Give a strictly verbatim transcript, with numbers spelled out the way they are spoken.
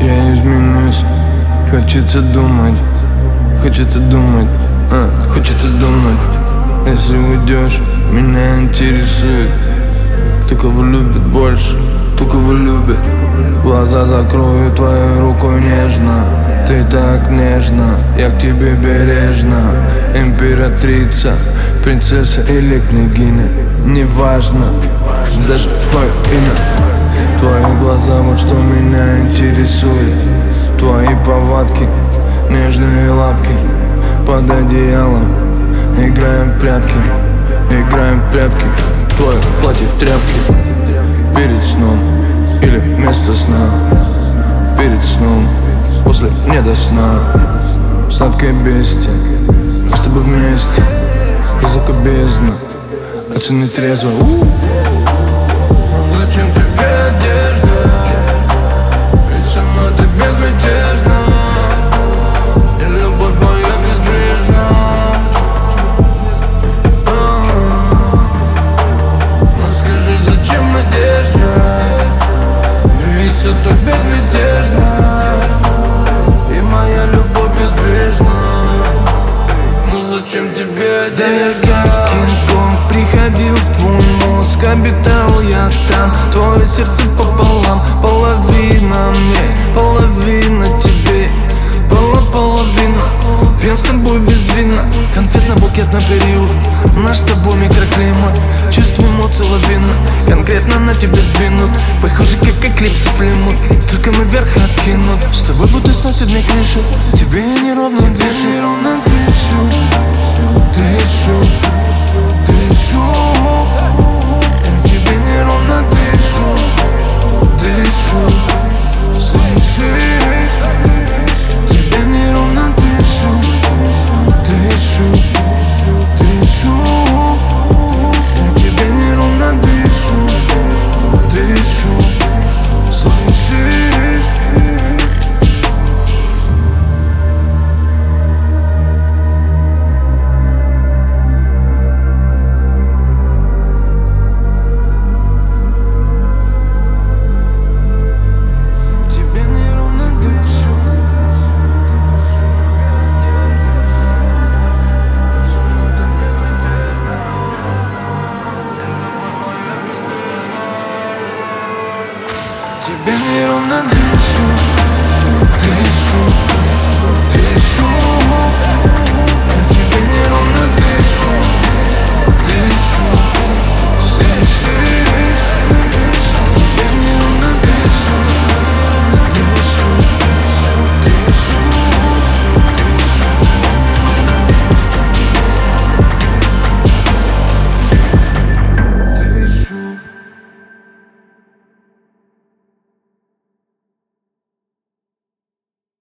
Я изменюсь, хочется думать, хочется думать, а, хочется думать. Если уйдешь, меня интересует кто кого любит больше, кто кого любит. Глаза закрою твоей рукой нежно. Ты так нежно, я к тебе бережно. Императрица, принцесса или княгиня, неважно, даже твое имя. Твои глаза, вот что меня интересует. Твои повадки, нежные лапки под одеялом. Играем в прятки, играем в прятки. Твое платье в тряпке перед сном или вместо сна. Перед сном, после не до сна. Сладкое бестие, мы с тобой вместе. Глубоко бездна, оцени трезво. Зачем тебе одежда? Ведь со мной ты безмятежна. И любовь моя неизбежна. Но скажи, зачем одежда? Ведь все так безмятежно. И моя любовь безбрежна. Ну зачем тебе одежда? Да я как Кинг-Конг приходил в твой мозг, обитал я там. Твое сердце пополам, половина мне, половина тебе. Была половина, пьян с тобой без вина. Конфетно-букетный период, наш с тобой микроклимат. Чувствую эмоции лавина, конкретно на тебе сдвинут. Похоже, как эклипсы племут, только мы вверх откинут. С тобой будто сносит мне крышу, тебе я неровно дышу. Неровно дышу, дышу, дышу. Я тебе неровно дышу, дышу, слышишь? Тебе неровно дышу, дышу, дышу. Я тебе неровно дышу, дышу, слышишь? Тебе неровно дышу, дышу, дышу.